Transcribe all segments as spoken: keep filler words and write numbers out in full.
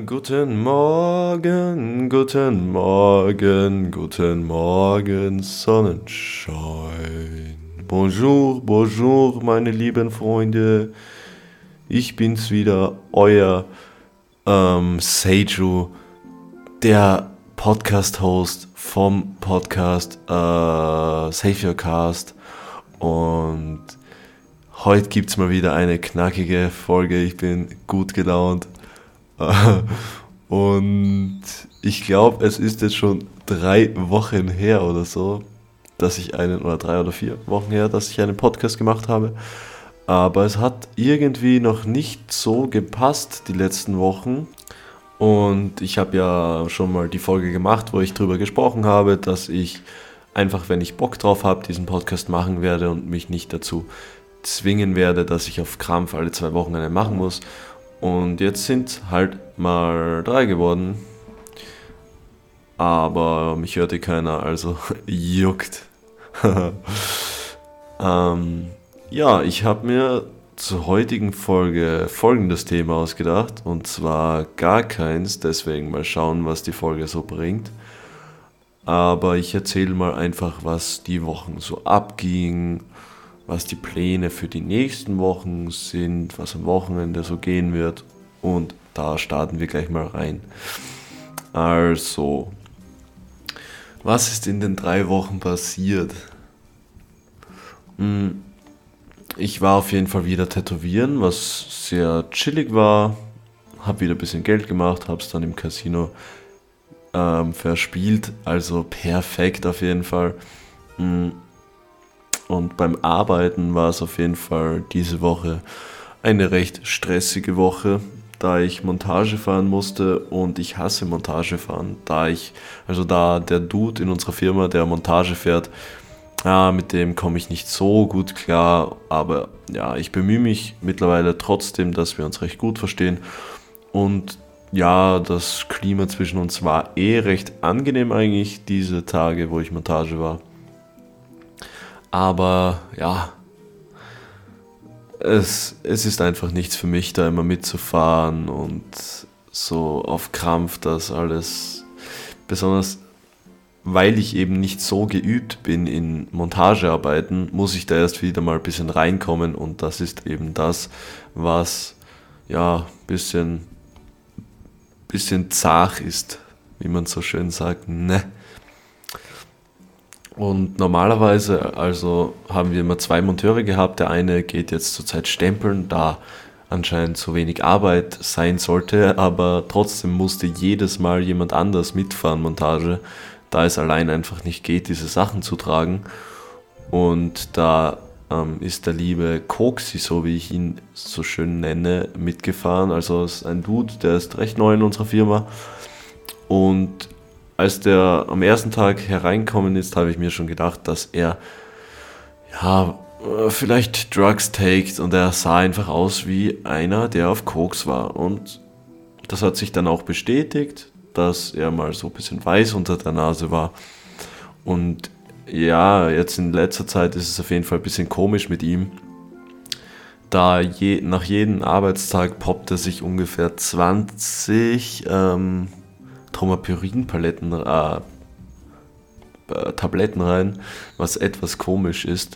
Guten Morgen, guten Morgen, guten Morgen, Sonnenschein. Bonjour, bonjour, meine lieben Freunde. Ich bin's wieder, euer ähm, Seiju, der Podcast-Host vom Podcast äh, Save Your Cast. Und heute gibt's mal wieder eine knackige Folge. Ich bin gut gelaunt. Und ich glaube, es ist jetzt schon drei Wochen her oder so, dass ich einen, oder drei oder vier Wochen her, dass ich einen Podcast gemacht habe. Aber es hat irgendwie noch nicht so gepasst die letzten Wochen. Und ich habe ja schon mal die Folge gemacht, wo ich drüber gesprochen habe, dass ich einfach, wenn ich Bock drauf habe, diesen Podcast machen werde und mich nicht dazu zwingen werde, dass ich auf Krampf alle zwei Wochen einen machen muss. Und jetzt sind halt mal drei geworden. Aber mich hört eh keiner, also juckt. ähm, ja, ich habe mir zur heutigen Folge folgendes Thema ausgedacht. Und zwar gar keins, deswegen mal schauen, was die Folge so bringt. Aber ich erzähle mal einfach, was die Wochen so abging, was die Pläne für die nächsten Wochen sind, was am Wochenende so gehen wird, und da starten wir gleich mal rein. Also, was ist in den drei Wochen passiert? Ich war auf jeden Fall wieder tätowieren, was sehr chillig war, habe wieder ein bisschen Geld gemacht, habe es dann im Casino ähm, verspielt, also perfekt auf jeden Fall. Und beim Arbeiten war es auf jeden Fall diese Woche eine recht stressige Woche, da ich Montage fahren musste, und ich hasse Montage fahren, da ich, also da der Dude in unserer Firma, der Montage fährt, ja, mit dem komme ich nicht so gut klar, aber ja, ich bemühe mich mittlerweile trotzdem, dass wir uns recht gut verstehen, und ja, das Klima zwischen uns war eh recht angenehm eigentlich, diese Tage, wo ich Montage war. Aber ja, es, es ist einfach nichts für mich, da immer mitzufahren und so auf Krampf das alles. Besonders weil ich eben nicht so geübt bin in Montagearbeiten, muss ich da erst wieder mal ein bisschen reinkommen, und das ist eben das, was ja ein bisschen, bisschen zach ist, wie man so schön sagt, ne? Und normalerweise, also haben wir immer zwei Monteure gehabt. Der eine geht jetzt zurzeit stempeln, da anscheinend so wenig Arbeit sein sollte, aber trotzdem musste jedes Mal jemand anders mitfahren, Montage, da es allein einfach nicht geht, diese Sachen zu tragen. Und da ähm, ist der liebe Koksi, so wie ich ihn so schön nenne, mitgefahren. Also ist ein Dude, der ist recht neu in unserer Firma. Und als der am ersten Tag hereinkommen ist, habe ich mir schon gedacht, dass er ja vielleicht Drugs taked, und er sah einfach aus wie einer, der auf Koks war. Und das hat sich dann auch bestätigt, dass er mal so ein bisschen weiß unter der Nase war. Und ja, jetzt in letzter Zeit ist es auf jeden Fall ein bisschen komisch mit ihm, da je, nach jedem Arbeitstag poppt er sich ungefähr zwanzig ähm, Tromapyrin-Paletten, äh, äh, Tabletten rein, was etwas komisch ist.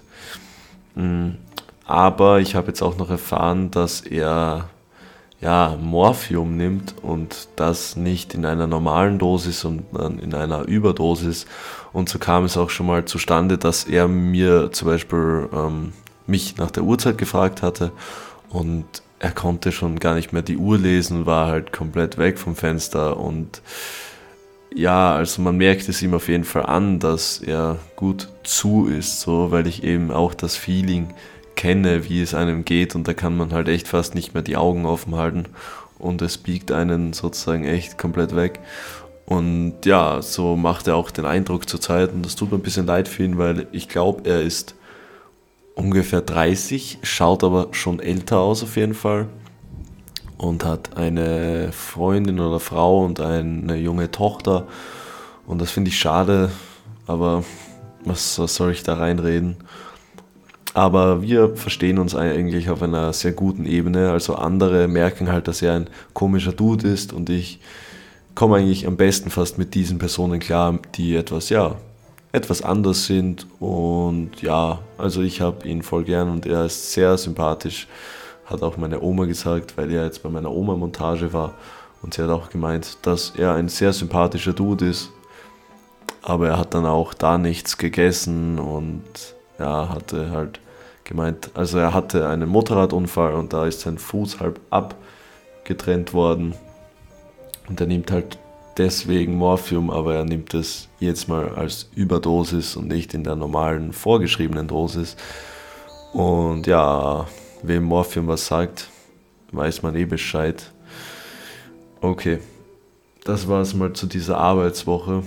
Aber ich habe jetzt auch noch erfahren, dass er ja Morphium nimmt, und das nicht in einer normalen Dosis, sondern in einer Überdosis. Und so kam es auch schon mal zustande, dass er mir zum Beispiel ähm, mich nach der Uhrzeit gefragt hatte, und er konnte schon gar nicht mehr die Uhr lesen, war halt komplett weg vom Fenster. Und ja, also man merkt es ihm auf jeden Fall an, dass er gut zu ist, so, weil ich eben auch das Feeling kenne, wie es einem geht, und da kann man halt echt fast nicht mehr die Augen offen halten, und es biegt einen sozusagen echt komplett weg. Und ja, so macht er auch den Eindruck zurzeit, und das tut mir ein bisschen leid für ihn, weil ich glaube, er ist ungefähr dreißig, schaut aber schon älter aus auf jeden Fall, und hat eine Freundin oder Frau und eine junge Tochter, und das finde ich schade, aber was, was soll ich da reinreden? Aber wir verstehen uns eigentlich auf einer sehr guten Ebene. Also andere merken halt, dass er ein komischer Dude ist und ich komme eigentlich am besten fast mit diesen Personen klar, die etwas, ja, etwas anders sind. Und ja, also ich habe ihn voll gern und er ist sehr sympathisch, hat auch meine Oma gesagt, weil er jetzt bei meiner Oma Montage war. Und sie hat auch gemeint, dass er ein sehr sympathischer Dude ist. Aber er hat dann auch da nichts gegessen und ja, hatte halt gemeint, also er hatte einen Motorradunfall und da ist sein Fuß halb abgetrennt worden. Und er nimmt halt deswegen Morphium, aber er nimmt es jetzt mal als Überdosis und nicht in der normalen vorgeschriebenen Dosis. Und ja, wem Morphium was sagt, weiß man eh Bescheid. Okay, das war es mal zu dieser Arbeitswoche.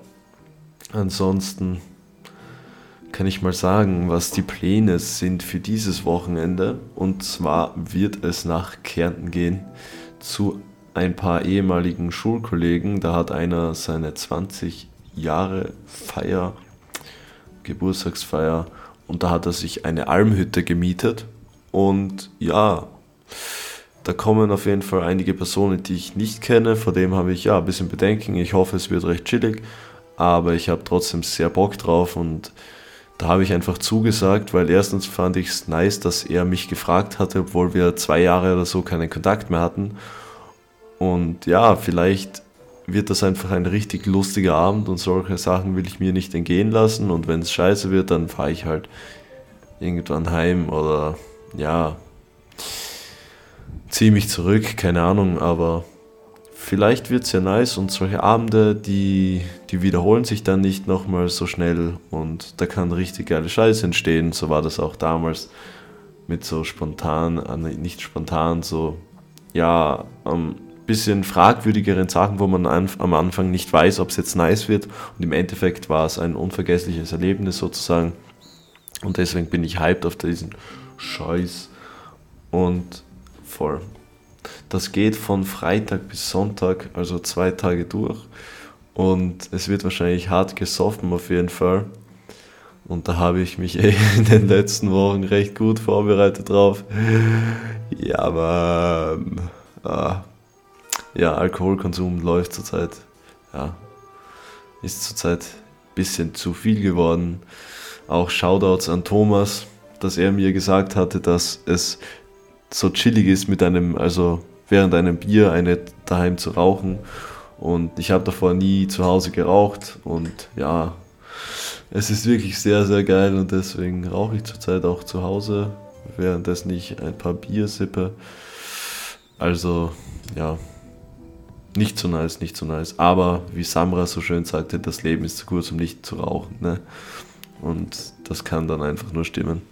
Ansonsten kann ich mal sagen, was die Pläne sind für dieses Wochenende. Und zwar wird es nach Kärnten gehen zu ein paar ehemaligen Schulkollegen. Da hat einer seine zwanzig Jahre Feier, Geburtstagsfeier, und da hat er sich eine Almhütte gemietet. Und ja, da kommen auf jeden Fall einige Personen, die ich nicht kenne. Vor dem habe ich ja ein bisschen Bedenken. Ich hoffe, es wird recht chillig. Aber ich habe trotzdem sehr Bock drauf und da habe ich einfach zugesagt, weil erstens fand ich es nice, dass er mich gefragt hatte, obwohl wir zwei Jahre oder so keinen Kontakt mehr hatten. Und ja, vielleicht wird das einfach ein richtig lustiger Abend und solche Sachen will ich mir nicht entgehen lassen. Und wenn es scheiße wird, dann fahre ich halt irgendwann heim oder ja, ziehe mich zurück, keine Ahnung, aber vielleicht wird es ja nice und solche Abende, die, die wiederholen sich dann nicht nochmal so schnell und da kann richtig geile Scheiße entstehen. So war das auch damals mit so spontan, äh, nicht spontan, so ja, ein bisschen fragwürdigeren Sachen, wo man an, am Anfang nicht weiß, ob es jetzt nice wird und im Endeffekt war es ein unvergessliches Erlebnis sozusagen und deswegen bin ich hyped auf diesen Scheiß und voll. Das geht von Freitag bis Sonntag, also zwei Tage durch. Und es wird wahrscheinlich hart gesoffen auf jeden Fall. Und da habe ich mich eh in den letzten Wochen recht gut vorbereitet drauf. Ja, aber ah, ja, Alkoholkonsum läuft zurzeit. Ja, ist zurzeit ein bisschen zu viel geworden. Auch Shoutouts an Thomas, dass er mir gesagt hatte, dass es so chillig ist mit einem, also während einem Bier eine daheim zu rauchen und ich habe davor nie zu Hause geraucht und ja, es ist wirklich sehr, sehr geil und deswegen rauche ich zurzeit auch zu Hause, währenddessen ich ein paar Bier sippe, also ja, nicht so nice, nicht so nice, aber wie Samra so schön sagte, das Leben ist zu kurz, um nicht zu rauchen, ne? Und das kann dann einfach nur stimmen.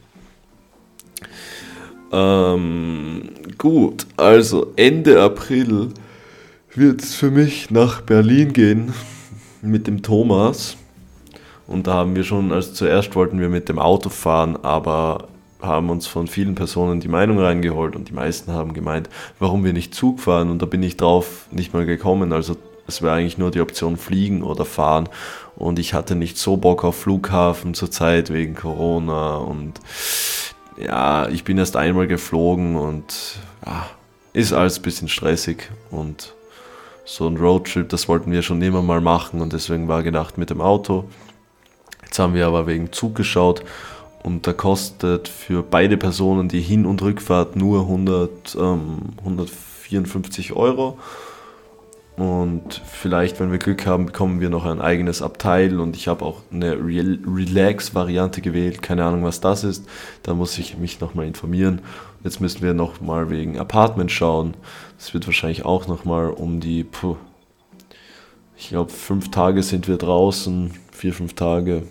Ähm, gut, also Ende April wird es für mich nach Berlin gehen mit dem Thomas. Und da haben wir schon, also zuerst wollten wir mit dem Auto fahren, aber haben uns von vielen Personen die Meinung reingeholt und die meisten haben gemeint, warum wir nicht Zug fahren und da bin ich drauf nicht mal gekommen. Also es wäre eigentlich nur die Option fliegen oder fahren und ich hatte nicht so Bock auf Flughafen zurzeit wegen Corona und ja, ich bin erst einmal geflogen und ja, ist alles ein bisschen stressig und so ein Roadtrip, das wollten wir schon immer mal machen und deswegen war gedacht mit dem Auto. Jetzt haben wir aber wegen Zug geschaut und da kostet für beide Personen die Hin- und Rückfahrt nur hundert, ähm, hundertvierundfünfzig Euro. Und vielleicht, wenn wir Glück haben, bekommen wir noch ein eigenes Abteil und ich habe auch eine Re- Relax-Variante gewählt, keine Ahnung, was das ist, da muss ich mich nochmal informieren. Jetzt müssen wir nochmal wegen Apartment schauen, das wird wahrscheinlich auch nochmal um die, puh, ich glaube fünf Tage sind wir draußen, vier, fünf Tage,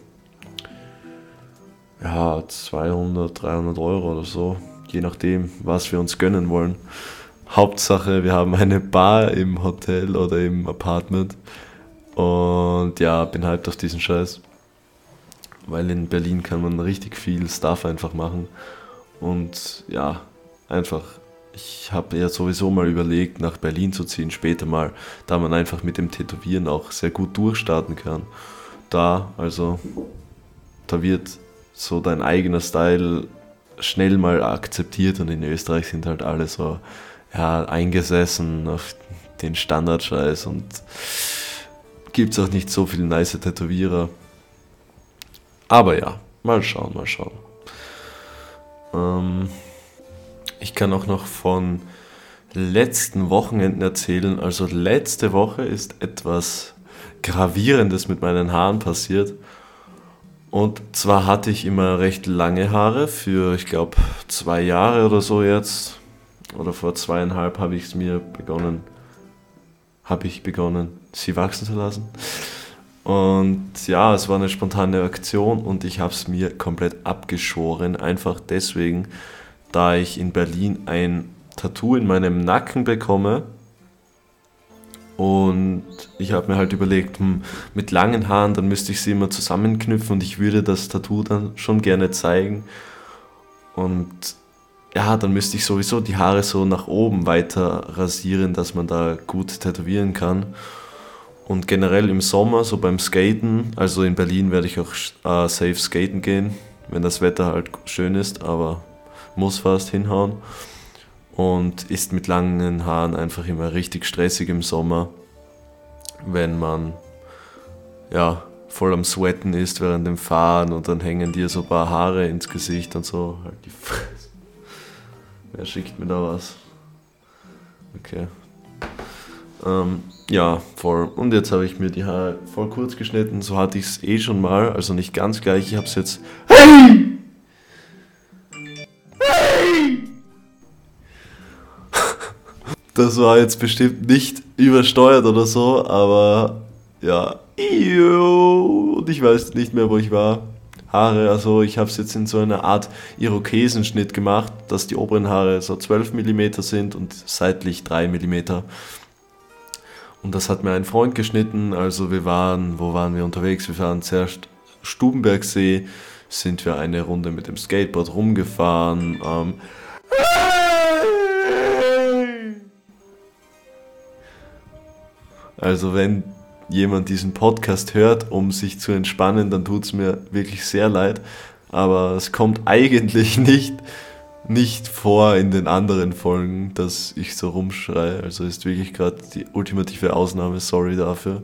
ja, zweihundert, dreihundert Euro oder so, je nachdem, was wir uns gönnen wollen. Hauptsache, wir haben eine Bar im Hotel oder im Apartment und ja, bin hyped auf diesen Scheiß, weil in Berlin kann man richtig viel Stuff einfach machen und ja, einfach, ich habe ja sowieso mal überlegt, nach Berlin zu ziehen, später mal, da man einfach mit dem Tätowieren auch sehr gut durchstarten kann. Da, also, da wird so dein eigener Style schnell mal akzeptiert und in Österreich sind halt alle so ja, eingesessen auf den Standardscheiß und gibt es auch nicht so viele nice Tätowierer. Aber ja, mal schauen, mal schauen. Ähm, ich kann auch noch von letzten Wochenenden erzählen. Also letzte Woche ist etwas Gravierendes mit meinen Haaren passiert. Und zwar hatte ich immer recht lange Haare für, ich glaube, zwei Jahre oder so jetzt. Oder vor zweieinhalb habe ich es mir begonnen, habe ich begonnen, sie wachsen zu lassen. Und ja, es war eine spontane Aktion und ich habe es mir komplett abgeschoren. Einfach deswegen, da ich in Berlin ein Tattoo in meinem Nacken bekomme. Und ich habe mir halt überlegt, hm, mit langen Haaren, dann müsste ich sie immer zusammenknüpfen und ich würde das Tattoo dann schon gerne zeigen. Und ja, dann müsste ich sowieso die Haare so nach oben weiter rasieren, dass man da gut tätowieren kann. Und generell im Sommer, so beim Skaten, also in Berlin werde ich auch äh, safe skaten gehen, wenn das Wetter halt schön ist, aber muss fast hinhauen. Und ist mit langen Haaren einfach immer richtig stressig im Sommer, wenn man ja voll am Sweaten ist während dem Fahren und dann hängen dir so ein paar Haare ins Gesicht und so. Halt die Fresse. Wer schickt mir da was? Okay. Ähm, ja, voll. Und jetzt habe ich mir die Haare voll kurz geschnitten. So hatte ich es eh schon mal. Also nicht ganz gleich. Ich habe es jetzt... Hey! Hey! Das war jetzt bestimmt nicht übersteuert oder so. Aber ja. Und ich weiß nicht mehr, wo ich war. Haare, also ich habe es jetzt in so einer Art Irokesenschnitt gemacht, dass die oberen Haare so zwölf Millimeter sind und seitlich drei Millimeter. Und das hat mir ein Freund geschnitten, also wir waren, wo waren wir unterwegs? Wir waren zuerst Stubenbergsee, sind wir eine Runde mit dem Skateboard rumgefahren. Ähm also wenn jemand diesen Podcast hört, um sich zu entspannen, dann tut es mir wirklich sehr leid. Aber es kommt eigentlich nicht, nicht vor in den anderen Folgen, dass ich so rumschreie. Also ist wirklich gerade die ultimative Ausnahme, sorry dafür.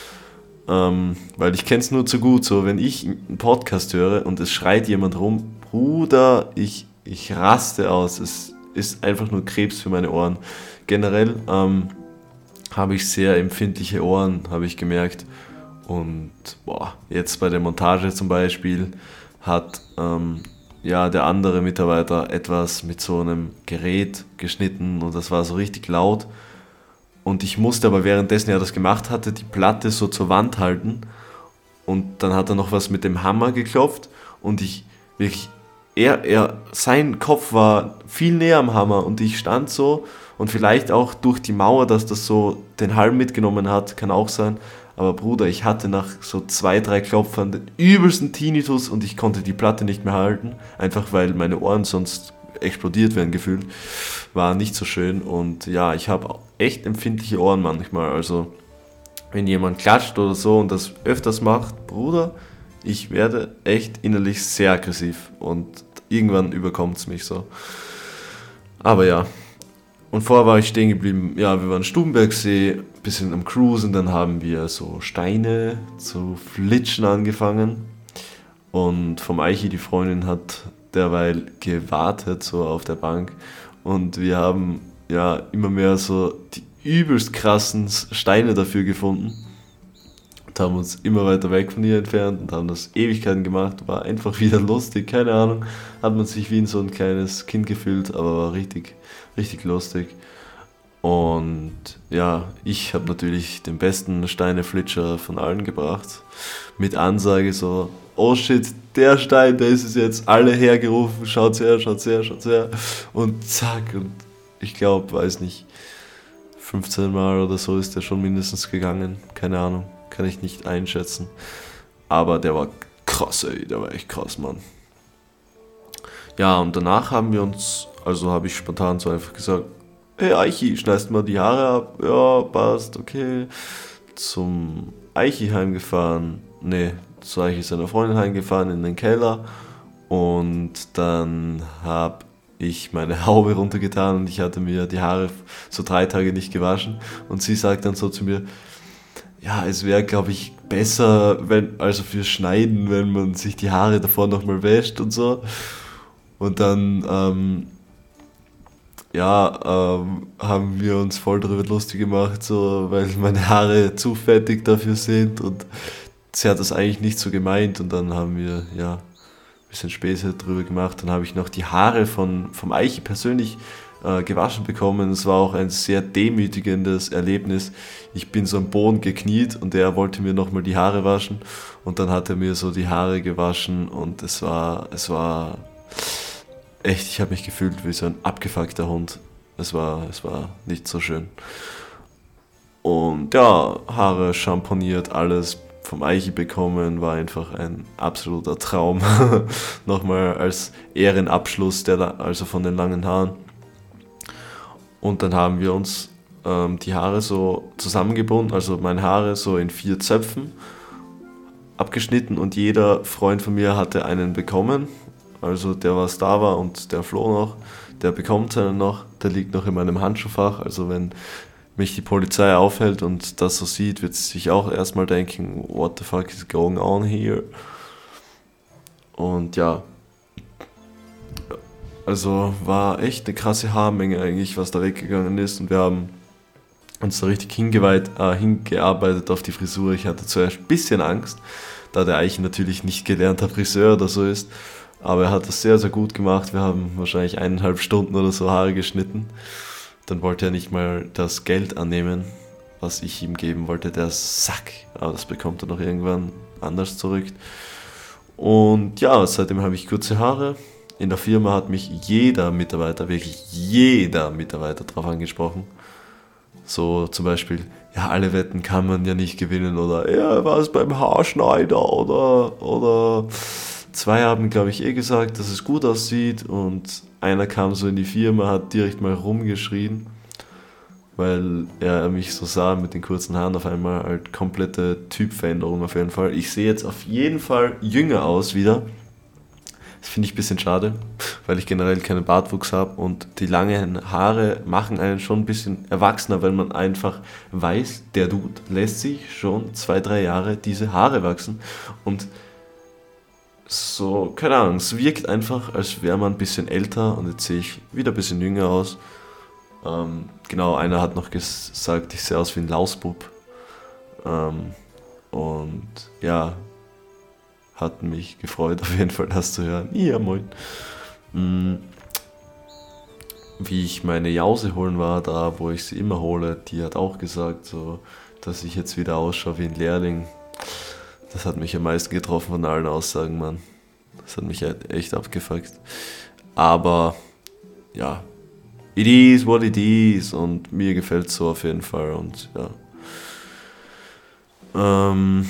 Ähm, weil ich kenne es nur zu gut, so wenn ich einen Podcast höre und es schreit jemand rum, Bruder, ich, ich raste aus. Es ist einfach nur Krebs für meine Ohren. Generell, ähm, habe ich sehr empfindliche Ohren, habe ich gemerkt. Und boah, jetzt bei der Montage zum Beispiel hat ähm, ja, der andere Mitarbeiter etwas mit so einem Gerät geschnitten und das war so richtig laut. Und ich musste aber währenddessen er das gemacht hatte, die Platte so zur Wand halten. Und dann hat er noch was mit dem Hammer geklopft und ich wirklich, er, er, sein Kopf war viel näher am Hammer und ich stand so. Und vielleicht auch durch die Mauer, dass das so den Halm mitgenommen hat, kann auch sein. Aber Bruder, ich hatte nach so zwei, drei Klopfern den übelsten Tinnitus und ich konnte die Platte nicht mehr halten. Einfach weil meine Ohren sonst explodiert werden gefühlt. War nicht so schön. Und ja, ich habe echt empfindliche Ohren manchmal. Also wenn jemand klatscht oder so und das öfters macht, Bruder, ich werde echt innerlich sehr aggressiv. Und irgendwann überkommt es mich so. Aber ja. Und vorher war ich stehen geblieben, ja, wir waren Stubenbergsee, bisschen am Cruisen, dann haben wir so Steine zu flitschen angefangen. Und vom Eichi, die Freundin, hat derweil gewartet, so auf der Bank. Und wir haben ja immer mehr so die übelst krassen Steine dafür gefunden. Und haben uns immer weiter weg von ihr entfernt und haben das Ewigkeiten gemacht. War einfach wieder lustig, keine Ahnung. Hat man sich wie in so ein kleines Kind gefühlt, aber war richtig... richtig lustig. Und ja, ich habe natürlich den besten Steineflitscher von allen gebracht. Mit Ansage so, oh shit, der Stein, der ist es jetzt. Alle hergerufen, schaut's her, schaut's her, schaut's her. Und zack, und ich glaube, weiß nicht, fünfzehn Mal oder so ist der schon mindestens gegangen. Keine Ahnung, kann ich nicht einschätzen. Aber der war krass, ey, der war echt krass, Mann. Ja, und danach haben wir uns, also habe ich spontan so einfach gesagt, hey Eichi, schneidest mal die Haare ab? Ja, passt, okay. Zum Eichi heimgefahren, nee, zu Eichi seiner Freundin heimgefahren in den Keller Und dann habe ich meine Haube runtergetan und ich hatte mir die Haare so drei Tage nicht gewaschen. Und sie sagt dann so zu mir, ja, es wäre, glaube ich, besser, wenn, also für Schneiden, wenn man sich die Haare davor nochmal wäscht und so. Und dann, ähm, ja, ähm, haben wir uns voll darüber lustig gemacht, so, weil meine Haare zu fettig dafür sind und sie hat das eigentlich nicht so gemeint und dann haben wir, ja, ein bisschen Späße drüber gemacht. Dann habe ich noch die Haare von, vom Eichi persönlich äh, gewaschen bekommen. Es war auch ein sehr demütigendes Erlebnis. Ich bin so am Boden gekniet und er wollte mir nochmal die Haare waschen und dann hat er mir so die Haare gewaschen und es war, es war echt, ich habe mich gefühlt wie so ein abgefuckter Hund. Es war, es war nicht so schön. Und ja, Haare schamponiert, alles vom Eichi bekommen, war einfach ein absoluter Traum. Nochmal als Ehrenabschluss der, also von den langen Haaren. Und dann haben wir uns ähm, die Haare so zusammengebunden, also meine Haare so in vier Zöpfen abgeschnitten und jeder Freund von mir hatte einen bekommen. Also der, was da war und der Flo noch, der bekommt seinen noch, der liegt noch in meinem Handschuhfach. Also wenn mich die Polizei aufhält und das so sieht, wird sie sich auch erstmal denken, what the fuck is going on here? Und ja, also war echt eine krasse Haarmenge eigentlich, was da weggegangen ist und wir haben uns da richtig hingeweiht, äh, hingearbeitet auf die Frisur. Ich hatte zuerst ein bisschen Angst, da der Eichen natürlich nicht gelernter Friseur oder so ist. Aber er hat das sehr, sehr gut gemacht. Wir haben wahrscheinlich eineinhalb Stunden oder so Haare geschnitten. Dann wollte er nicht mal das Geld annehmen, was ich ihm geben wollte, der Sack. Aber das bekommt er noch irgendwann anders zurück. Und ja, seitdem habe ich kurze Haare. In der Firma hat mich jeder Mitarbeiter, wirklich jeder Mitarbeiter drauf angesprochen. So zum Beispiel, ja, alle Wetten kann man ja nicht gewinnen oder ja, war es beim Haarschneider oder, oder zwei haben, glaube ich, eh gesagt, dass es gut aussieht und einer kam so in die Firma, hat direkt mal rumgeschrien, weil er mich so sah mit den kurzen Haaren auf einmal, halt komplette Typveränderung auf jeden Fall. Ich sehe jetzt auf jeden Fall jünger aus wieder. Das finde ich ein bisschen schade, weil ich generell keinen Bartwuchs habe und die langen Haare machen einen schon ein bisschen erwachsener, wenn man einfach weiß, der Dude lässt sich schon zwei, drei Jahre diese Haare wachsen und so, keine Ahnung, es wirkt einfach, als wäre man ein bisschen älter und jetzt sehe ich wieder ein bisschen jünger aus. Ähm, genau, einer hat noch gesagt, ich sehe aus wie ein Lausbub. Ähm, und ja, hat mich gefreut, auf jeden Fall das zu hören. Ja, moin. Mhm. Wie ich meine Jause holen war, da wo ich sie immer hole, die hat auch gesagt, so, dass ich jetzt wieder ausschaue wie ein Lehrling. Das hat mich am meisten getroffen von allen Aussagen, Mann. Das hat mich echt abgefuckt. Aber, ja, it is what it is und mir gefällt es so auf jeden Fall und ja. Ähm,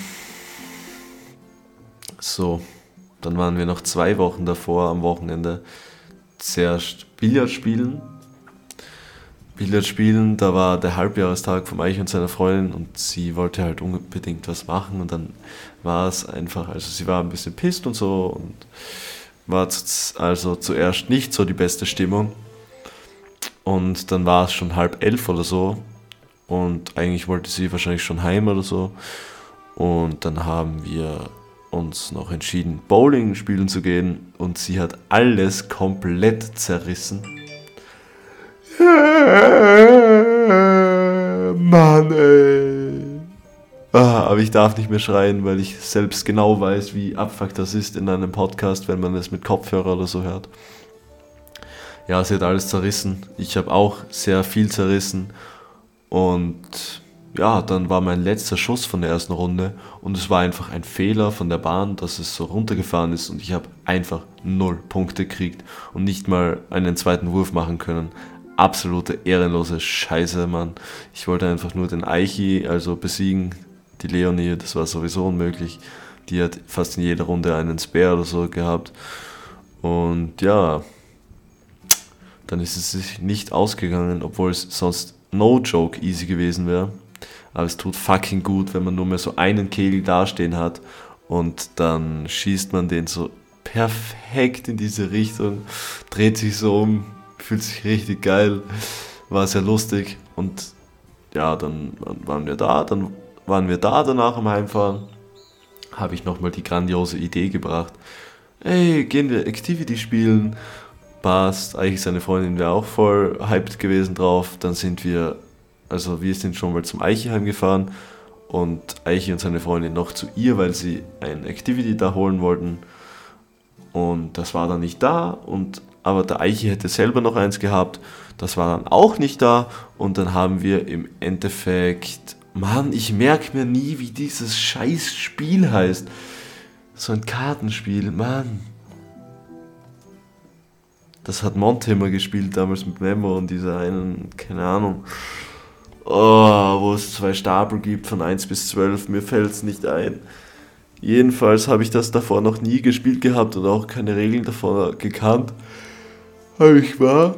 so, dann waren wir noch zwei Wochen davor am Wochenende zuerst Billard spielen. Billard spielen, da war der Halbjahrestag vom Eich und seiner Freundin und sie wollte halt unbedingt was machen und dann war es einfach, also sie war ein bisschen pisst und so und war z- also zuerst nicht so die beste Stimmung und dann war es schon halb elf oder so und eigentlich wollte sie wahrscheinlich schon heim oder so und dann haben wir uns noch entschieden, Bowling spielen zu gehen und sie hat alles komplett zerrissen. Mann, ey. Ah, aber ich darf nicht mehr schreien, weil ich selbst genau weiß, wie abfuck das ist in einem Podcast, wenn man es mit Kopfhörer oder so hört. Ja, sie hat alles zerrissen. Ich habe auch sehr viel zerrissen. Und ja, dann war mein letzter Schuss von der ersten Runde und es war einfach ein Fehler von der Bahn, dass es so runtergefahren ist und ich habe einfach null Punkte gekriegt und nicht mal einen zweiten Wurf machen können. Absolute ehrenlose Scheiße, Mann. Ich wollte einfach nur den Eichi, also besiegen, die Leonie, das war sowieso unmöglich. Die hat fast in jeder Runde einen Spare oder so gehabt. Und ja, dann ist es sich nicht ausgegangen, obwohl es sonst no joke easy gewesen wäre. Aber es tut fucking gut, wenn man nur mehr so einen Kegel dastehen hat und dann schießt man den so perfekt in diese Richtung, dreht sich so um, fühlt sich richtig geil, war sehr lustig und ja, dann waren wir da, dann waren wir da danach am Heimfahren, habe ich nochmal die grandiose Idee gebracht, ey, gehen wir Activity spielen, passt, eigentlich seine Freundin wäre auch voll hyped gewesen drauf, dann sind wir, also wir sind schon mal zum Eicheheim gefahren und Eichi und seine Freundin noch zu ihr, weil sie ein Activity da holen wollten und das war dann nicht da und aber der Eichi hätte selber noch eins gehabt, das war dann auch nicht da und dann haben wir im Endeffekt, Mann, ich merke mir nie, wie dieses scheiß Spiel heißt, so ein Kartenspiel, Mann. Das hat Monte immer gespielt, damals mit Memo und dieser einen, keine Ahnung, oh, wo es zwei Stapel gibt von eins bis zwölf, mir fällt es nicht ein. Jedenfalls habe ich das davor noch nie gespielt gehabt und auch keine Regeln davor gekannt. Aber ich war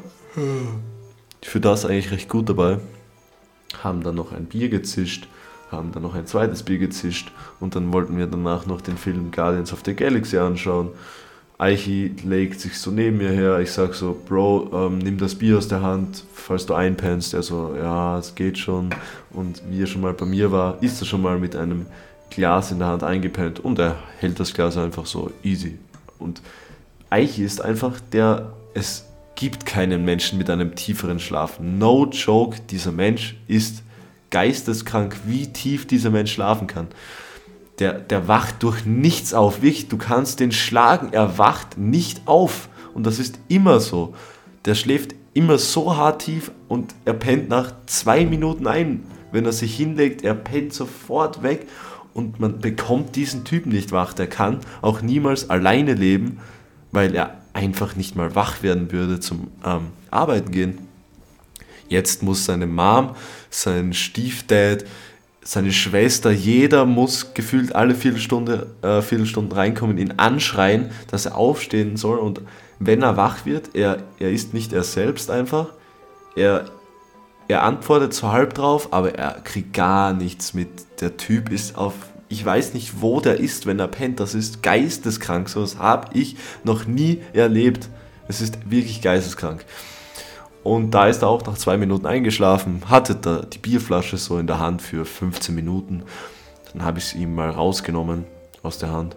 für das eigentlich recht gut dabei. Haben dann noch ein Bier gezischt, haben dann noch ein zweites Bier gezischt und dann wollten wir danach noch den Film Guardians of the Galaxy anschauen. Eichi legt sich so neben mir her, ich sag so, Bro, ähm, nimm das Bier aus der Hand, falls du einpennst. Er so, ja, es geht schon. Und wie er schon mal bei mir war, ist er schon mal mit einem Glas in der Hand eingepennt und er hält das Glas einfach so easy. Und Eichi ist einfach der, es gibt keinen Menschen mit einem tieferen Schlaf. No joke, dieser Mensch ist geisteskrank, wie tief dieser Mensch schlafen kann. Der, der wacht durch nichts auf. Wirklich, du kannst den schlagen, er wacht nicht auf. Und das ist immer so. Der schläft immer so hart tief und er pennt nach zwei Minuten ein. Wenn er sich hinlegt, er pennt sofort weg und man bekommt diesen Typen nicht wach. Der kann auch niemals alleine leben, weil er einfach nicht mal wach werden würde zum ähm, Arbeiten gehen. Jetzt muss seine Mom, sein Stiefdad, seine Schwester, jeder muss gefühlt alle Viertelstunde, äh, Viertelstunden reinkommen, ihn anschreien, dass er aufstehen soll. Und wenn er wach wird, er, er ist nicht er selbst einfach. Er, er antwortet so halb drauf, aber er kriegt gar nichts mit. Der Typ ist auf, ich weiß nicht, wo der ist, wenn er pennt. Das ist geisteskrank. So was habe ich noch nie erlebt. Es ist wirklich geisteskrank. Und da ist er auch nach zwei Minuten eingeschlafen, hatte da die Bierflasche so in der Hand für fünfzehn Minuten. Dann habe ich es ihm mal rausgenommen aus der Hand.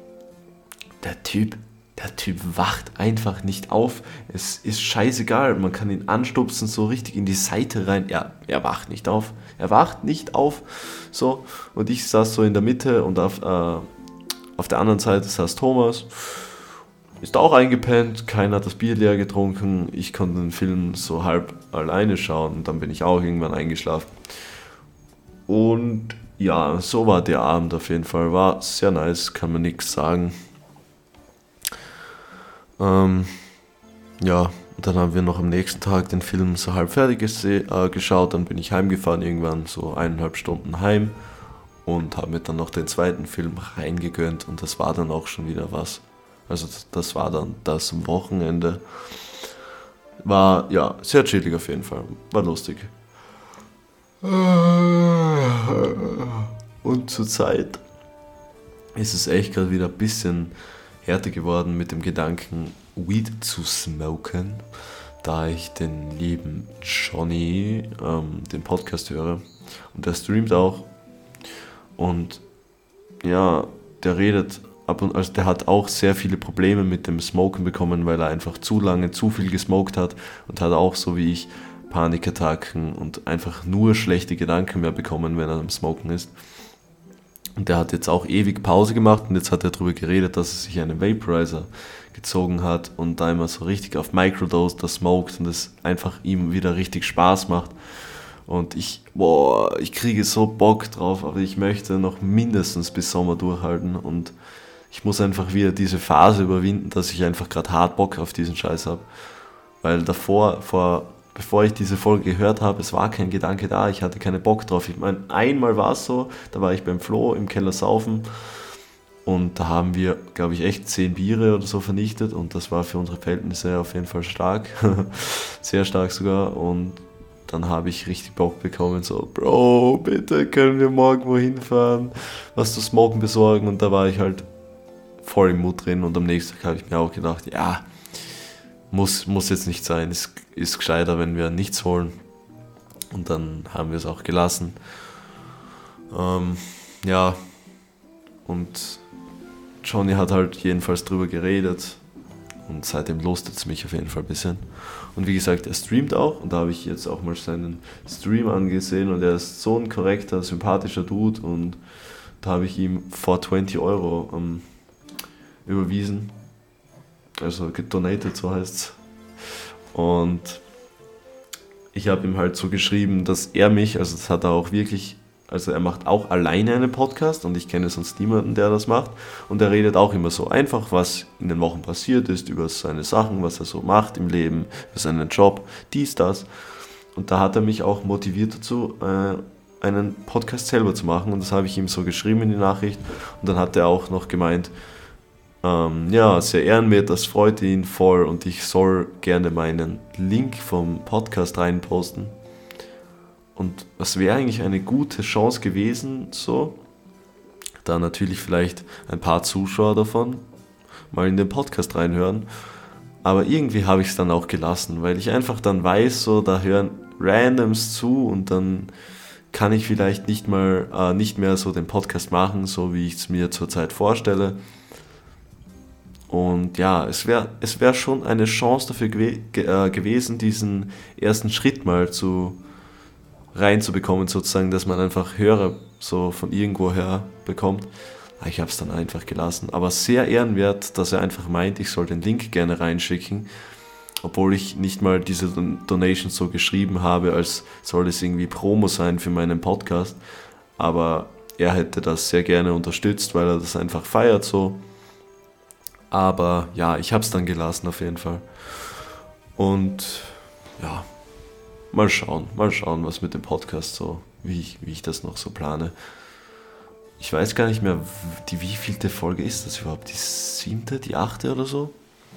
Der Typ, der Typ wacht einfach nicht auf. Es ist scheißegal, man kann ihn anstupsen, so richtig in die Seite rein. Er, er wacht nicht auf. Er wacht nicht auf. So, und ich saß so in der Mitte und auf, äh, auf der anderen Seite saß Thomas. Ist auch eingepennt, keiner hat das Bier leer getrunken, ich konnte den Film so halb alleine schauen und dann bin ich auch irgendwann eingeschlafen. Und ja, so war der Abend auf jeden Fall, war sehr nice, kann man nichts sagen. Ähm, ja, und dann haben wir noch am nächsten Tag den Film so halb fertig gese- äh, geschaut, dann bin ich heimgefahren, irgendwann so eineinhalb Stunden heim und habe mir dann noch den zweiten Film reingegönnt und das war dann auch schon wieder was. Also das war dann das Wochenende. War, ja, sehr chillig auf jeden Fall. War lustig. Und zur Zeit ist es echt gerade wieder ein bisschen härter geworden mit dem Gedanken, Weed zu smoken, da ich den lieben Johnny, ähm, den Podcast höre. Und der streamt auch. Und ja, der redet ab und also der hat auch sehr viele Probleme mit dem Smoken bekommen, weil er einfach zu lange zu viel gesmoked hat und hat auch so wie ich Panikattacken und einfach nur schlechte Gedanken mehr bekommen, wenn er am Smoken ist. Und der hat jetzt auch ewig Pause gemacht und jetzt hat er darüber geredet, dass er sich einen Vaporizer gezogen hat und da immer so richtig auf Microdose das smoked und es einfach ihm wieder richtig Spaß macht. Und ich, boah, ich kriege so Bock drauf, aber ich möchte noch mindestens bis Sommer durchhalten und ich muss einfach wieder diese Phase überwinden, dass ich einfach gerade hart Bock auf diesen Scheiß habe. Weil davor, vor, bevor ich diese Folge gehört habe, es war kein Gedanke da, ich hatte keinen Bock drauf. Ich meine, einmal war es so, da war ich beim Flo im Keller saufen und da haben wir, glaube ich, echt zehn Biere oder so vernichtet und das war für unsere Verhältnisse auf jeden Fall stark, sehr stark sogar und dann habe ich richtig Bock bekommen, so, Bro, bitte können wir morgen wohin fahren, was zu smoken besorgen und da war ich halt voll im Mut drin und am nächsten Tag habe ich mir auch gedacht, ja, muss, muss jetzt nicht sein, es ist gescheiter, wenn wir nichts holen. Und dann haben wir es auch gelassen. Ähm, ja, und Johnny hat halt jedenfalls drüber geredet und seitdem lustet es mich auf jeden Fall ein bisschen. Und wie gesagt, er streamt auch und da habe ich jetzt auch mal seinen Stream angesehen und er ist so ein korrekter, sympathischer Dude und da habe ich ihm vor zwanzig Euro ähm, überwiesen, also gedonated, so heißt es. Und ich habe ihm halt so geschrieben, dass er mich, also das hat er auch wirklich, also er macht auch alleine einen Podcast und ich kenne sonst niemanden, der das macht. Und er redet auch immer so einfach, was in den Wochen passiert ist, über seine Sachen, was er so macht im Leben, über seinen Job, dies, das. Und da hat er mich auch motiviert dazu, äh, einen Podcast selber zu machen. Und das habe ich ihm so geschrieben in die Nachricht. Und dann hat er auch noch gemeint, ähm, ja, sehr ehrenwert, das freut ihn voll und ich soll gerne meinen Link vom Podcast reinposten. Und das wäre eigentlich eine gute Chance gewesen, so, da natürlich vielleicht ein paar Zuschauer davon mal in den Podcast reinhören. Aber irgendwie habe ich es dann auch gelassen, weil ich einfach dann weiß, so, da hören Randoms zu und dann kann ich vielleicht nicht mal äh, nicht mehr so den Podcast machen, so wie ich es mir zurzeit vorstelle. Und ja, es wäre es wär schon eine Chance dafür gew- ge- äh, gewesen, diesen ersten Schritt mal zu reinzubekommen, sozusagen, dass man einfach Hörer so von irgendwoher bekommt. Ich habe es dann einfach gelassen, aber sehr ehrenwert, dass er einfach meint, ich soll den Link gerne reinschicken, obwohl ich nicht mal diese Donation so geschrieben habe, als soll es irgendwie Promo sein für meinen Podcast, aber er hätte das sehr gerne unterstützt, weil er das einfach feiert so. Aber ja, ich habe es dann gelassen auf jeden Fall. Und ja, mal schauen, mal schauen, was mit dem Podcast so, wie ich, wie ich das noch so plane. Ich weiß gar nicht mehr, die wievielte Folge ist das überhaupt? Die siebte, die achte oder so?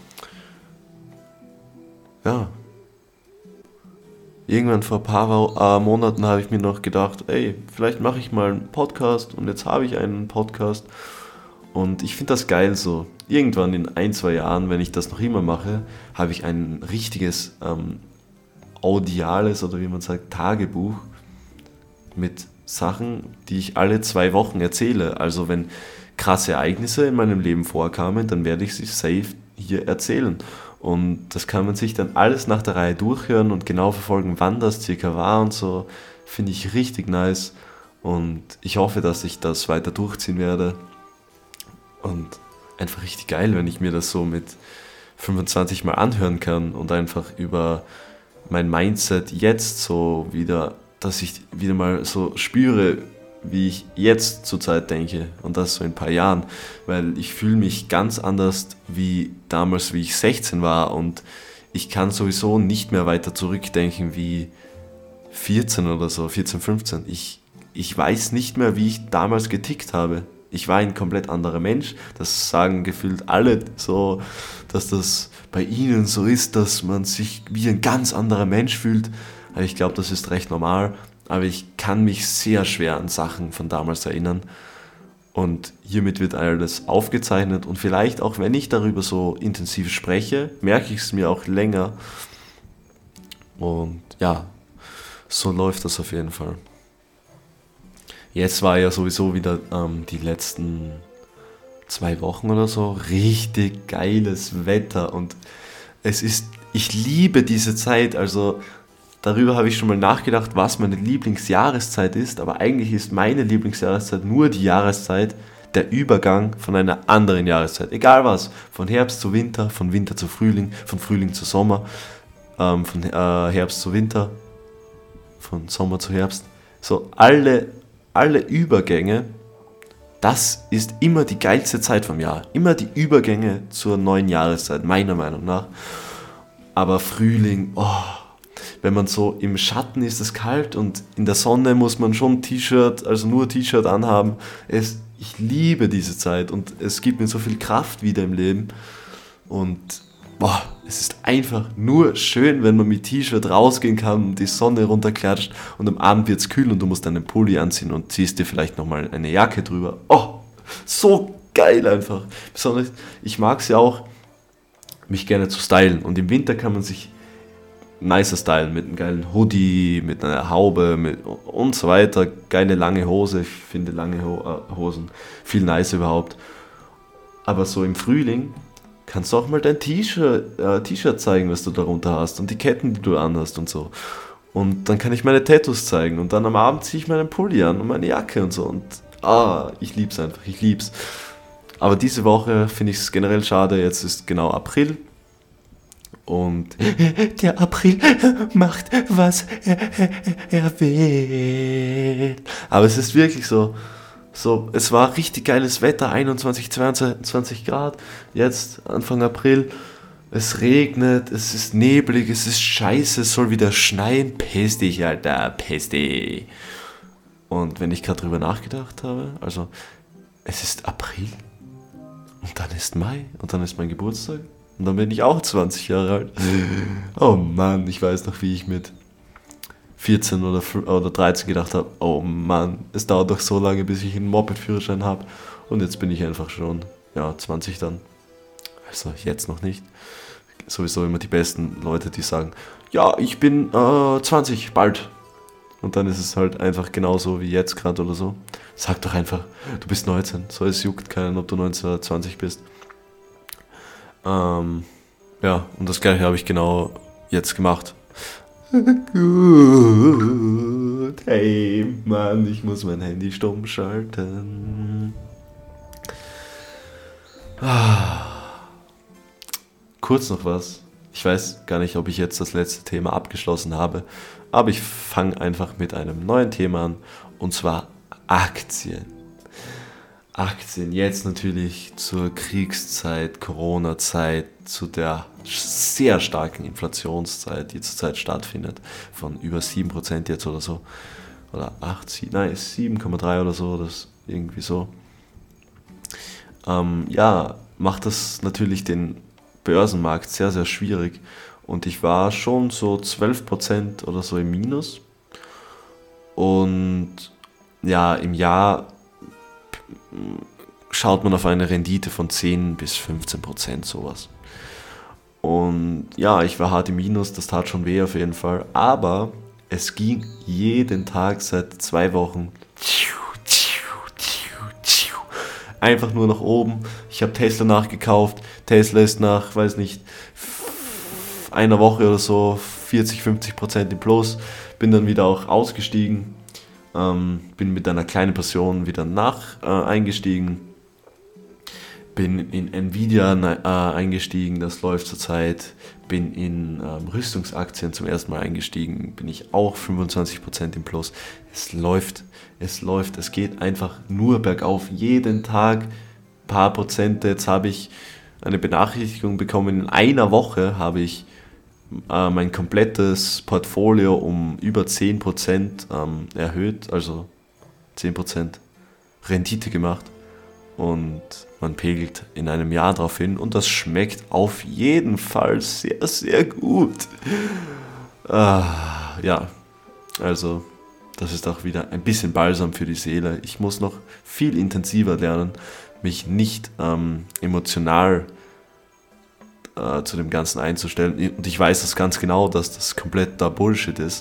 Ja. Irgendwann vor ein paar äh, Monaten habe ich mir noch gedacht, ey, vielleicht mache ich mal einen Podcast und jetzt habe ich einen Podcast. Und ich finde das geil so. Irgendwann in ein, zwei Jahren, wenn ich das noch immer mache, habe ich ein richtiges ähm, audiales oder wie man sagt, Tagebuch mit Sachen, die ich alle zwei Wochen erzähle. Also wenn krasse Ereignisse in meinem Leben vorkamen, dann werde ich sie safe hier erzählen. Und das kann man sich dann alles nach der Reihe durchhören und genau verfolgen, wann das circa war und so. Finde ich richtig nice. Und ich hoffe, dass ich das weiter durchziehen werde. Und einfach richtig geil, wenn ich mir das so mit fünfundzwanzig Mal anhören kann und einfach über mein Mindset jetzt so wieder, dass ich wieder mal so spüre, wie ich jetzt zurzeit denke und das so in ein paar Jahren, weil ich fühle mich ganz anders wie damals, wie ich sechzehn war und ich kann sowieso nicht mehr weiter zurückdenken wie vierzehn oder so, vierzehn, fünfzehn. Ich, ich weiß nicht mehr, wie ich damals getickt habe. Ich war ein komplett anderer Mensch. Das sagen gefühlt alle so, dass das bei ihnen so ist, dass man sich wie ein ganz anderer Mensch fühlt. Aber ich glaube, das ist recht normal. Aber ich kann mich sehr schwer an Sachen von damals erinnern. Und hiermit wird alles aufgezeichnet. Und vielleicht auch, wenn ich darüber so intensiv spreche, merke ich es mir auch länger. Und ja, so läuft das auf jeden Fall. Jetzt war ja sowieso wieder ähm, die letzten zwei Wochen oder so richtig geiles Wetter und es ist, ich liebe diese Zeit, also darüber habe ich schon mal nachgedacht, was meine Lieblingsjahreszeit ist, aber eigentlich ist meine Lieblingsjahreszeit nur die Jahreszeit, der Übergang von einer anderen Jahreszeit, egal was, von Herbst zu Winter, von Winter zu Frühling, von Frühling zu Sommer, ähm, von äh, Herbst zu Winter, von Sommer zu Herbst, so alle Alle Übergänge, das ist immer die geilste Zeit vom Jahr. Immer die Übergänge zur neuen Jahreszeit, meiner Meinung nach. Aber Frühling, oh, wenn man so im Schatten ist es kalt und in der Sonne muss man schon T-Shirt, also nur T-Shirt anhaben. Es, ich liebe diese Zeit und es gibt mir so viel Kraft wieder im Leben. Und boah, es ist einfach nur schön, wenn man mit T-Shirt rausgehen kann und die Sonne runterklatscht und am Abend wird es kühl und du musst einen Pulli anziehen und ziehst dir vielleicht nochmal eine Jacke drüber. Oh, so geil einfach. Besonders, ich mag es ja auch, mich gerne zu stylen. Und im Winter kann man sich nicer stylen, mit einem geilen Hoodie, mit einer Haube mit, und so weiter. Geile lange Hose, ich finde lange Ho- äh, Hosen viel nicer überhaupt. Aber so im Frühling kannst du auch mal dein T-Shirt, äh, T-Shirt zeigen, was du darunter hast und die Ketten, die du anhast und so. Und dann kann ich meine Tattoos zeigen und dann am Abend ziehe ich meinen Pulli an und meine Jacke und so. Und ah, ich lieb's einfach, ich lieb's. Aber diese Woche finde ich es generell schade, jetzt ist genau April. Und der April macht, was er, er will. Aber es ist wirklich so, so, es war richtig geiles Wetter, einundzwanzig, zweiundzwanzig Grad, jetzt Anfang April. Es regnet, es ist neblig, es ist scheiße, es soll wieder schneien. Pest dich, Alter, pest dich. Und wenn ich gerade drüber nachgedacht habe, also, es ist April und dann ist Mai und dann ist mein Geburtstag. Und dann bin ich auch zwanzig Jahre alt. Oh Mann, ich weiß noch, wie ich mit vierzehn oder, oder dreizehn gedacht habe, oh Mann, es dauert doch so lange, bis ich einen Moped-Führerschein habe. Und jetzt bin ich einfach schon, ja, zwanzig dann. Also jetzt noch nicht. Sowieso immer die besten Leute, die sagen, ja, ich bin äh, zwanzig, bald. Und dann ist es halt einfach genauso wie jetzt gerade oder so. Sag doch einfach, du bist neunzehn. So, es juckt keinen, ob du neunzehn oder zwanzig bist. Ähm, ja, und das gleiche habe ich genau jetzt gemacht. Gut, hey Mann, ich muss mein Handy stumm schalten. Ah. Kurz noch was. Ich weiß gar nicht, ob ich jetzt das letzte Thema abgeschlossen habe, aber ich fange einfach mit einem neuen Thema an, und zwar Aktien. Aktien, jetzt natürlich zur Kriegszeit, Corona-Zeit, zu der sehr starken Inflationszeit, die zurzeit stattfindet, von über sieben Prozent jetzt oder so, oder acht, sieben, nein, sieben Komma drei oder so, das irgendwie so. Ähm, ja, macht das natürlich den Börsenmarkt sehr, sehr schwierig, und ich war schon so zwölf Prozent oder so im Minus, und ja, im Jahr schaut man auf eine Rendite von zehn bis fünfzehn Prozent sowas. Und ja, ich war hart im Minus, das tat schon weh auf jeden Fall, aber es ging jeden Tag seit zwei Wochen einfach nur nach oben. Ich habe Tesla nachgekauft, Tesla ist nach, weiß nicht, einer Woche oder so vierzig, fünfzig Prozent im Plus, bin dann wieder auch ausgestiegen, ähm, bin mit einer kleinen Portion wieder nach äh, eingestiegen, bin in Nvidia äh, eingestiegen, das läuft zurzeit, bin in ähm, Rüstungsaktien zum ersten Mal eingestiegen, bin ich auch fünfundzwanzig Prozent im Plus. Es läuft, es läuft, es geht einfach nur bergauf, jeden Tag ein paar Prozente. Jetzt habe ich eine Benachrichtigung bekommen, in einer Woche habe ich äh, mein komplettes Portfolio um über zehn Prozent ähm, erhöht, also zehn Prozent Rendite gemacht. Und man pegelt in einem Jahr drauf hin, und das schmeckt auf jeden Fall sehr, sehr gut. Ah, ja, also das ist auch wieder ein bisschen Balsam für die Seele. Ich muss noch viel intensiver lernen, mich nicht ähm, emotional äh, zu dem Ganzen einzustellen. Und ich weiß das ganz genau, dass das kompletter Bullshit ist.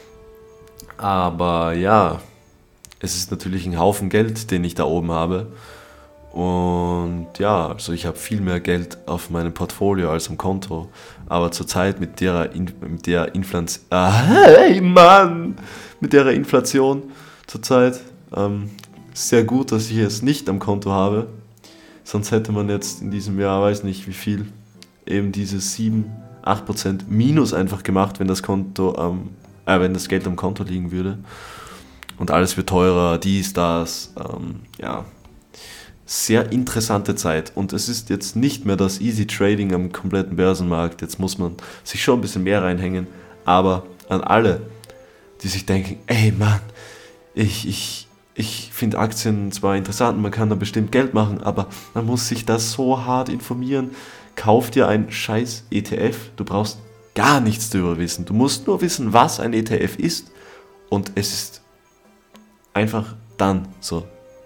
Aber ja, es ist natürlich ein Haufen Geld, den ich da oben habe. Und ja, also ich habe viel mehr Geld auf meinem Portfolio als am Konto. Aber zurzeit mit der, mit der Inflation, ah, hey Mann, mit der Inflation zurzeit, ähm, sehr gut, dass ich es nicht am Konto habe. Sonst hätte man jetzt in diesem Jahr, weiß nicht wie viel, eben diese sieben, acht Prozent Minus einfach gemacht, wenn das Konto, ähm, äh, wenn das Geld am Konto liegen würde. Und alles wird teurer, dies, das, ähm, ja. Sehr interessante Zeit, und es ist jetzt nicht mehr das Easy Trading am kompletten Börsenmarkt. Jetzt muss man sich schon ein bisschen mehr reinhängen, aber an alle, die sich denken, ey Mann, ich, ich, ich finde Aktien zwar interessant, man kann da bestimmt Geld machen, aber man muss sich da so hart informieren. Kauf dir ein scheiß E T F, du brauchst gar nichts darüber wissen. Du musst nur wissen, was ein E T F ist, und es ist einfach dann so.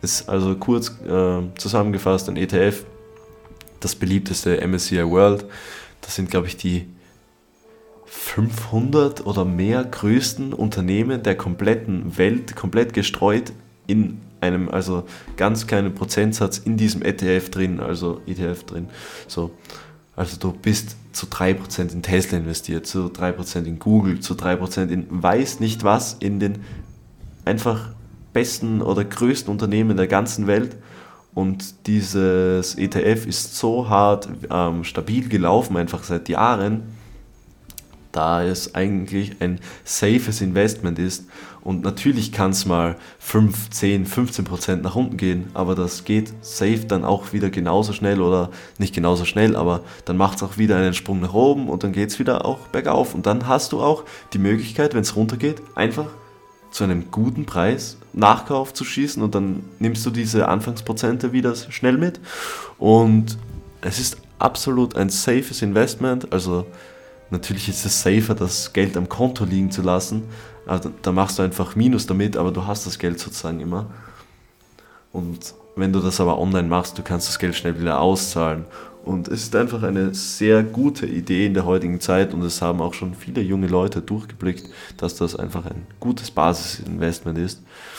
Ist also kurz äh, zusammengefasst ein E T F, das beliebteste M S C I World. Das sind, glaube ich, die fünfhundert oder mehr größten Unternehmen der kompletten Welt, komplett gestreut in einem, also ganz kleinen Prozentsatz in diesem E T F drin, also E T F drin. So. Also du bist zu drei Prozent in Tesla investiert, zu drei Prozent in Google, zu drei Prozent in weiß nicht was, in den einfach besten oder größten Unternehmen der ganzen Welt. Und dieses E T F ist so hart ähm, stabil gelaufen, einfach seit Jahren, da es eigentlich ein safes Investment ist. Und natürlich kann es mal fünf, zehn, fünfzehn Prozent nach unten gehen, aber das geht safe dann auch wieder genauso schnell oder nicht genauso schnell, aber dann macht es auch wieder einen Sprung nach oben und dann geht es wieder auch bergauf. Und dann hast du auch die Möglichkeit, wenn es runtergeht, einfach zu einem guten Preis Nachkauf zu schießen und dann nimmst du diese Anfangsprozente wieder schnell mit. Und es ist absolut ein safes Investment, also natürlich ist es safer, das Geld am Konto liegen zu lassen. Also da machst du einfach Minus damit, aber du hast das Geld sozusagen immer. Und wenn du das aber online machst, du kannst das Geld schnell wieder auszahlen. Und es ist einfach eine sehr gute Idee in der heutigen Zeit und es haben auch schon viele junge Leute durchgeblickt, dass das einfach ein gutes Basisinvestment ist.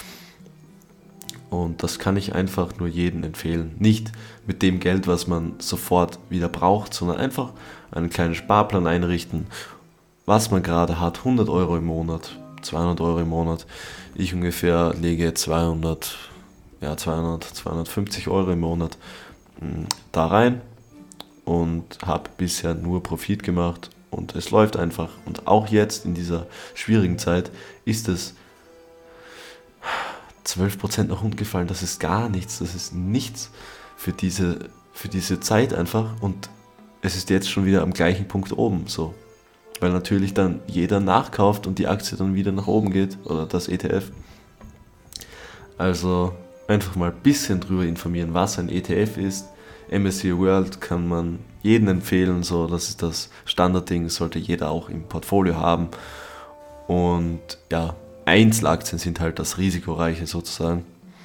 Und das kann ich einfach nur jedem empfehlen. Nicht mit dem Geld, was man sofort wieder braucht, sondern einfach einen kleinen Sparplan einrichten, was man gerade hat, hundert Euro im Monat, zweihundert Euro im Monat. Ich ungefähr lege zweihundert, ja zweihundert, zweihundertfünfzig Euro im Monat mh, da rein und habe bisher nur Profit gemacht und es läuft einfach. Und auch jetzt in dieser schwierigen Zeit ist es zwölf Prozent nach unten gefallen, das ist gar nichts, das ist nichts für diese, für diese Zeit einfach und es ist jetzt schon wieder am gleichen Punkt oben, so. Weil natürlich dann jeder nachkauft und die Aktie dann wieder nach oben geht oder das E T F. Also einfach mal ein bisschen drüber informieren, was ein E T F ist. M S C I World kann man jedem empfehlen, so, das ist das Standardding, sollte jeder auch im Portfolio haben. Und ja, Einzelaktien sind halt das Risikoreiche sozusagen.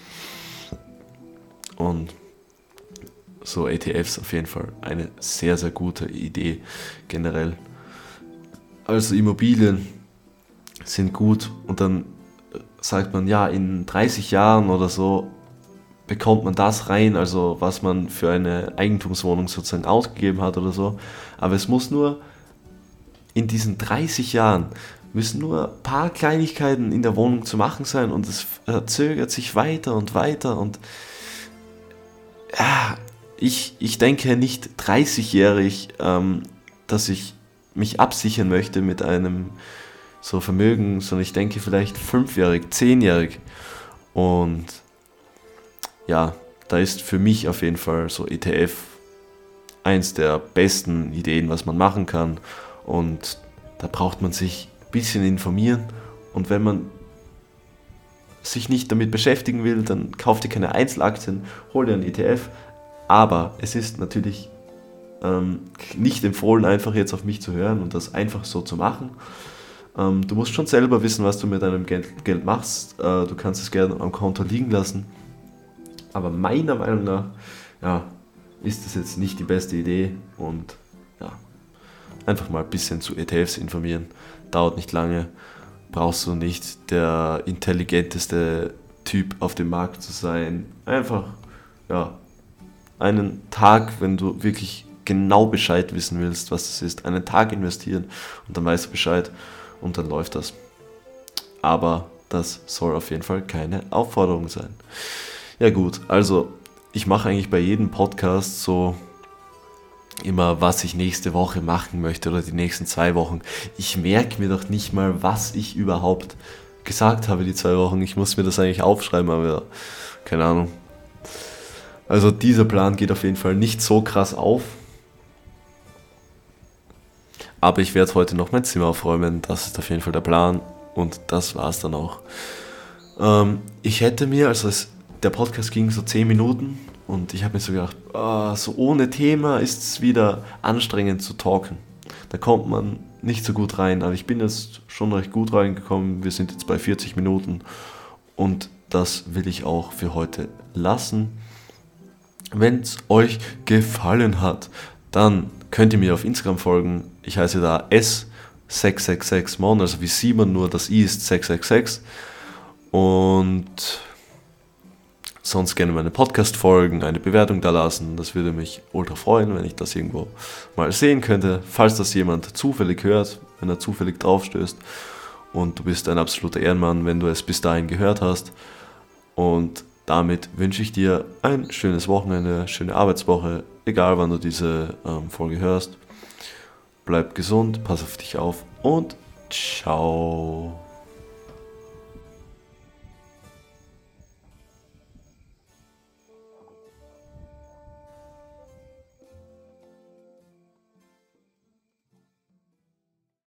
Und so E T Fs auf jeden Fall eine sehr, sehr gute Idee generell. Also Immobilien sind gut und dann sagt man, ja, in dreißig Jahren oder so bekommt man das rein, also was man für eine Eigentumswohnung sozusagen ausgegeben hat oder so. Aber es muss nur in diesen dreißig Jahren müssen nur ein paar Kleinigkeiten in der Wohnung zu machen sein und es verzögert sich weiter und weiter und ja, ich, ich denke nicht dreißigjährig, ähm, dass ich mich absichern möchte mit einem so Vermögen, sondern ich denke vielleicht fünfjährig, zehnjährig und ja, da ist für mich auf jeden Fall so E T F eins der besten Ideen, was man machen kann und da braucht man sich bisschen informieren und wenn man sich nicht damit beschäftigen will, dann kauft ihr keine Einzelaktien, hol dir einen E T F, aber es ist natürlich ähm, nicht empfohlen, einfach jetzt auf mich zu hören und das einfach so zu machen. Ähm, du musst schon selber wissen, was du mit deinem Geld, Geld machst, äh, du kannst es gerne am Konto liegen lassen, aber meiner Meinung nach ja, ist das jetzt nicht die beste Idee und ja, einfach mal ein bisschen zu E T Fs informieren. Dauert nicht lange, brauchst du nicht der intelligenteste Typ auf dem Markt zu sein. Einfach, ja, einen Tag, wenn du wirklich genau Bescheid wissen willst, was das ist, einen Tag investieren und dann weißt du Bescheid und dann läuft das. Aber das soll auf jeden Fall keine Aufforderung sein. Ja gut, also ich mache eigentlich bei jedem Podcast so immer, was ich nächste Woche machen möchte oder die nächsten zwei Wochen. Ich merke mir doch nicht mal, was ich überhaupt gesagt habe die zwei Wochen. Ich muss mir das eigentlich aufschreiben, aber ja, keine Ahnung. Also dieser Plan geht auf jeden Fall nicht so krass auf. Aber ich werde heute noch mein Zimmer aufräumen. Das ist auf jeden Fall der Plan. Und das war's dann auch. Ähm, ich hätte mir, also es, der Podcast ging so zehn Minuten. Und ich habe mir so gedacht, oh, so ohne Thema ist es wieder anstrengend zu talken. Da kommt man nicht so gut rein. Aber ich bin jetzt schon recht gut reingekommen. Wir sind jetzt bei vierzig Minuten. Und das will ich auch für heute lassen. Wenn es euch gefallen hat, dann könnt ihr mir auf Instagram folgen. Ich heiße da S sechs sechs sechs Mon, also wie Simon, nur das I ist sechs sechs sechs. Und sonst gerne meine Podcast folgen, eine Bewertung da lassen. Das würde mich ultra freuen, wenn ich das irgendwo mal sehen könnte. Falls das jemand zufällig hört, wenn er zufällig draufstößt. Und du bist ein absoluter Ehrenmann, wenn du es bis dahin gehört hast. Und damit wünsche ich dir ein schönes Wochenende, schöne Arbeitswoche, egal wann du diese ähm, Folge hörst. Bleib gesund, pass auf dich auf und ciao.